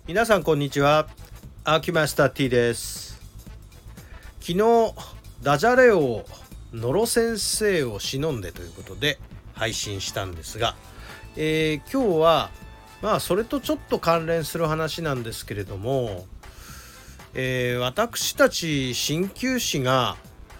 皆さんこんにちは。アーキュマスター T です。昨日ダジャレをノロ先生を忍んでということで配信したんですが、今日はそれとちょっと関連する話なんですけれども、私たち鍼灸師が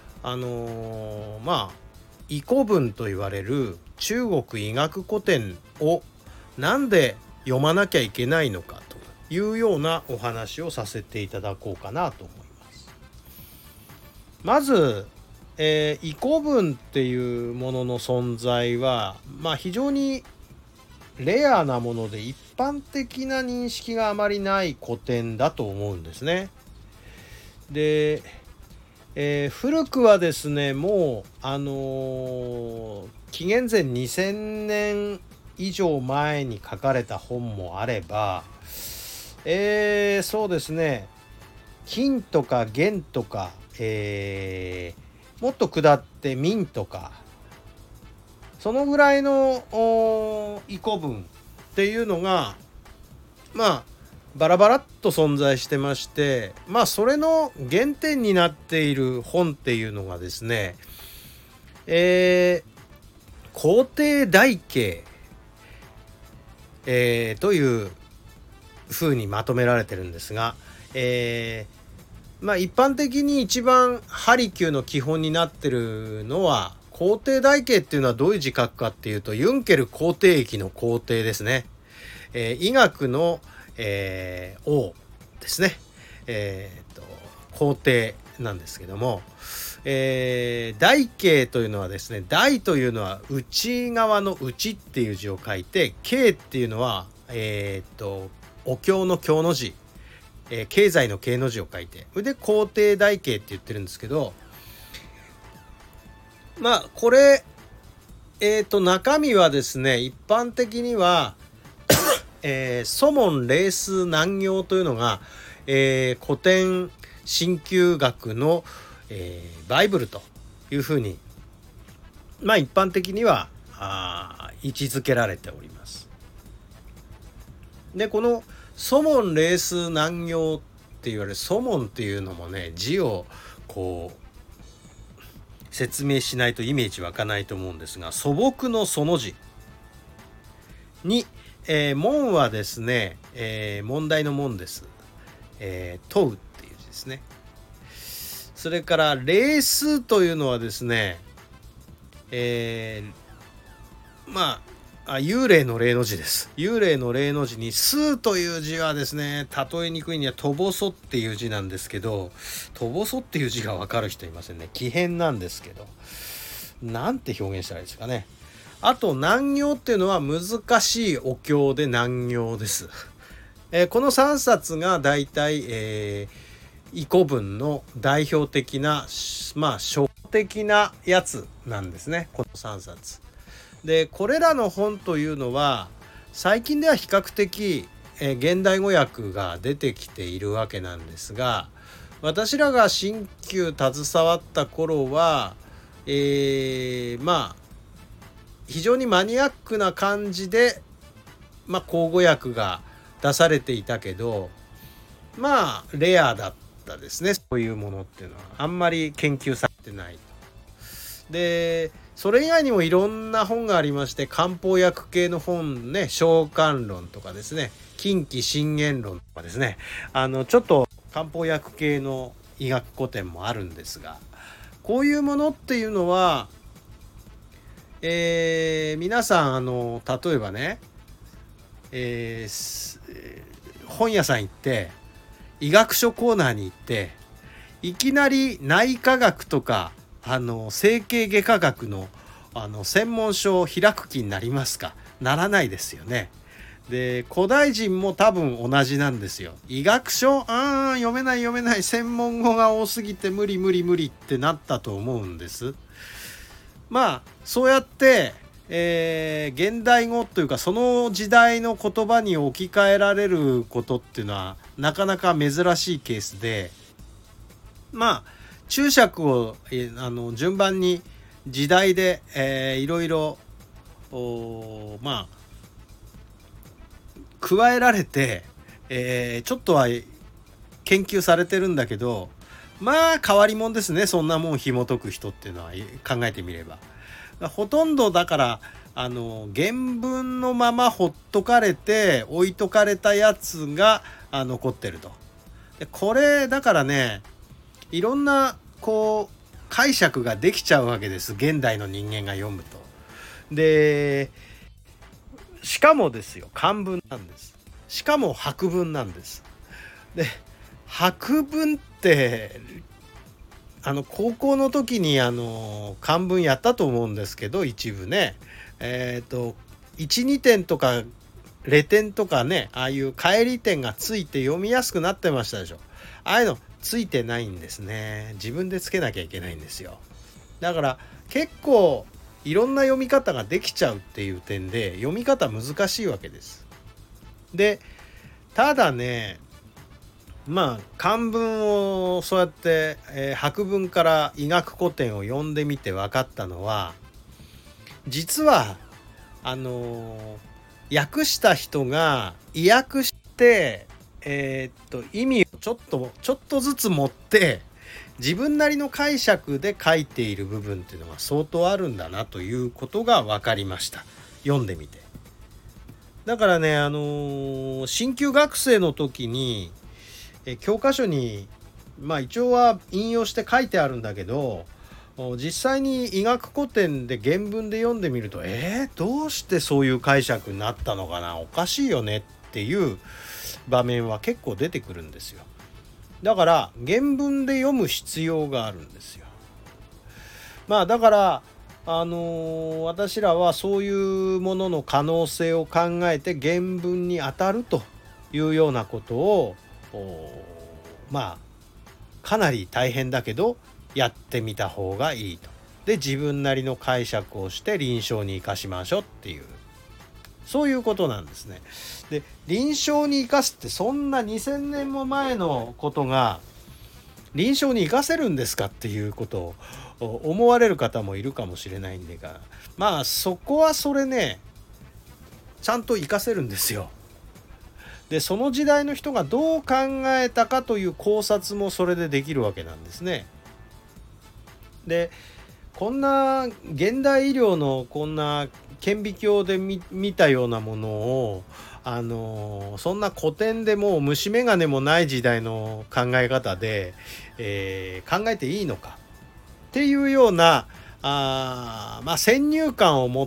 医古文と言われる中国医学古典をなんで読まなきゃいけないのかというようなお話をさせていただこうかなと思います。まず、医古文っていうものの存在は、非常にレアなもので一般的な認識があまりない古典だと思うんですね。で、古くはですね、もう紀元前2000年以上前に書かれた本もあれば、そうですね、金とか元とか、もっと下って明とか、そのぐらいの医古文っていうのがバラバラっと存在してまして、それの原点になっている本っていうのがですね、皇帝大慶、という風にまとめられてるんですが、一般的に一番ハリキューの基本になってるのは、皇帝大慶っていうのはどういう字書くかっていうと、ユンケル皇帝駅の皇帝ですね。医学の、王ですね。皇帝なんですけども、大慶というのはですね、大というのは内側の内っていう字を書いて、慶っていうのはお経の経の字、経済の経の字を書いて、それで皇帝大慶って言ってるんですけど、これ中身はですね、一般的には祖門霊数難行というのが、古典鍼灸学の、バイブルというふうに一般的には位置づけられております。で、この祖門霊数難行って言われる祖門っていうのもね、字をこう説明しないとイメージ湧かないと思うんですが、素朴のその字に、門はですね、問題の門です。問うっていう字ですね。それから霊数というのはですね、幽霊の霊の字です。幽霊の霊の字に数という字はですね、例えにくいにはとぼそっていう字なんですけど、とぼそっていう字がわかる人いませんね。奇変なんですけど、なんて表現したらいいですかね。あと難行っていうのは難しいお経で難行です。この3冊がだいたい医古文の代表的な初歩的なやつなんですね、この3冊で。これらの本というのは最近では比較的、現代語訳が出てきているわけなんですが、私らが鍼灸携わった頃は、非常にマニアックな感じで、口語訳が出されていたけど、レアだったですね。そういうものっていうのはあんまり研究されてない。で、それ以外にもいろんな本がありまして、漢方薬系の本ね、召喚論とかですね、近畿真言論とかですね、ちょっと漢方薬系の医学古典もあるんですが、こういうものっていうのは、皆さん例えばね、本屋さん行って医学書コーナーに行っていきなり内科学とか整形外科学の専門書を開く気になりますか？ならないですよね。で、古代人も多分同じなんですよ。医学書読めない専門語が多すぎて無理ってなったと思うんです。そうやって現代語というかその時代の言葉に置き換えられることっていうのはなかなか珍しいケースで、注釈を順番に時代でいろいろ加えられて、 ちょっとは研究されてるんだけど、まあ変わり者ですね、そんなもん紐解く人っていうのは考えてみれば。ほとんどだから原文のままほっとかれて置いとかれたやつが残ってると。でこれだからね、いろんなこう解釈ができちゃうわけです、現代の人間が読むと。でしかもですよ、漢文なんです。しかも白文なんです。で白文って高校の時に漢文やったと思うんですけど、一部ね1,2 点とかレ点とかね、ああいう返り点がついて読みやすくなってましたでしょ。ああいうのついてないんですね。自分でつけなきゃいけないんですよ。だから結構いろんな読み方ができちゃうっていう点で読み方難しいわけです。でただね、まあ漢文をそうやって、白文から医学古典を読んでみて分かったのは、実は訳した人が意訳して、意味をちょっとずつ持って自分なりの解釈で書いている部分っていうのが相当あるんだなということが分かりました、読んでみて。だからね進級学生の時に教科書にまあ一応は引用して書いてあるんだけど、実際に医学古典で原文で読んでみるとどうしてそういう解釈になったのかな、おかしいよねっていう場面は結構出てくるんですよ。だから原文で読む必要があるんですよ。まあだから私らはそういうものの可能性を考えて原文に当たるというようなことをまあかなり大変だけどやってみた方がいいと。で自分なりの解釈をして臨床に生かしましょうっていう、そういうことなんですね。で臨床に生かすって、そんな2000年も前のことが臨床に生かせるんですかっていうことを思われる方もいるかもしれないんでが、まあそこはそれね、ちゃんと生かせるんですよ。でその時代の人がどう考えたかという考察もそれでできるわけなんですね。でこんな現代医療のこんな顕微鏡で見たようなものをそんな古典でもう虫眼鏡もない時代の考え方で、考えていいのかっていうようなまあ先入観を持って、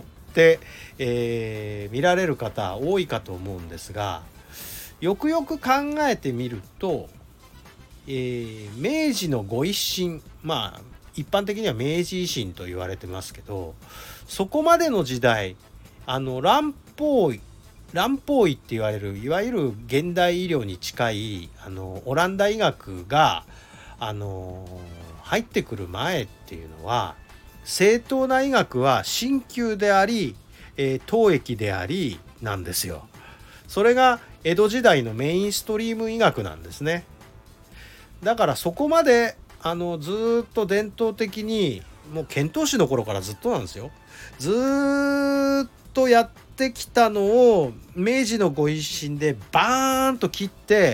見られる方多いかと思うんですが、よくよく考えてみると、明治のご一新、まあ一般的には明治維新と言われてますけど、そこまでの時代蘭方医って言われるいわゆる現代医療に近いオランダ医学が入ってくる前っていうのは、正当な医学は鍼灸であり、当液でありなんですよ。それが江戸時代のメインストリーム医学なんですね。だからそこまでずっと伝統的に、もう遣唐使の頃からずっとなんですよ、ずっとやってきたのを明治のご一新でバーンと切って、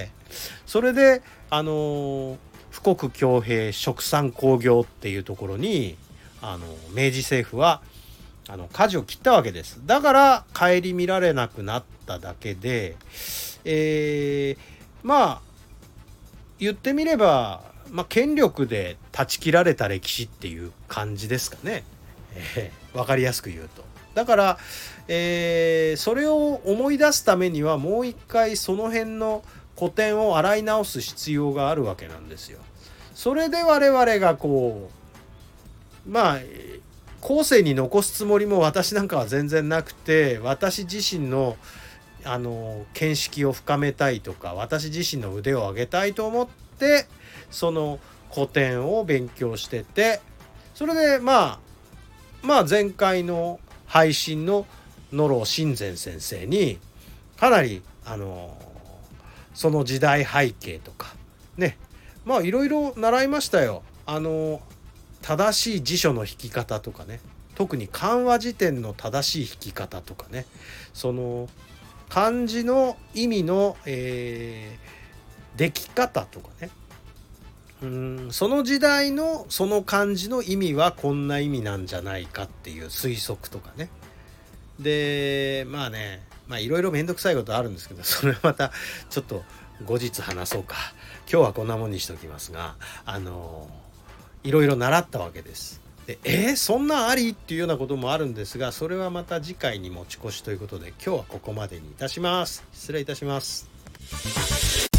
それで富国強兵殖産興業っていうところに明治政府は舵を切ったわけです。だから顧みられなくなっただけで、まあ言ってみれば、権力で断ち切られた歴史っていう感じですかね、分かりやすく言うと。だから、それを思い出すためにはもう一回その辺の古典を洗い直す必要があるわけなんですよ。それで我々がこう後世に残すつもりも私なんかは全然なくて、私自身の見識を深めたいとか、私自身の腕を上げたいと思ってその古典を勉強してて、それで前回の配信の野呂親善先生にかなりその時代背景とかね、いろいろ習いましたよ。正しい辞書の引き方とかね、特に漢和辞典の正しい引き方とかね、 漢字の意味の、でき方とかね、その時代のその漢字の意味はこんな意味なんじゃないかっていう推測とかね。でまあね、いろいろめんどくさいことあるんですけど、それはまたちょっと後日話そうか。今日はこんなもんにしておきますが、いろいろ習ったわけです。でそんなんありっていうようなこともあるんですが、それはまた次回に持ち越しということで、今日はここまでにいたします。失礼いたします。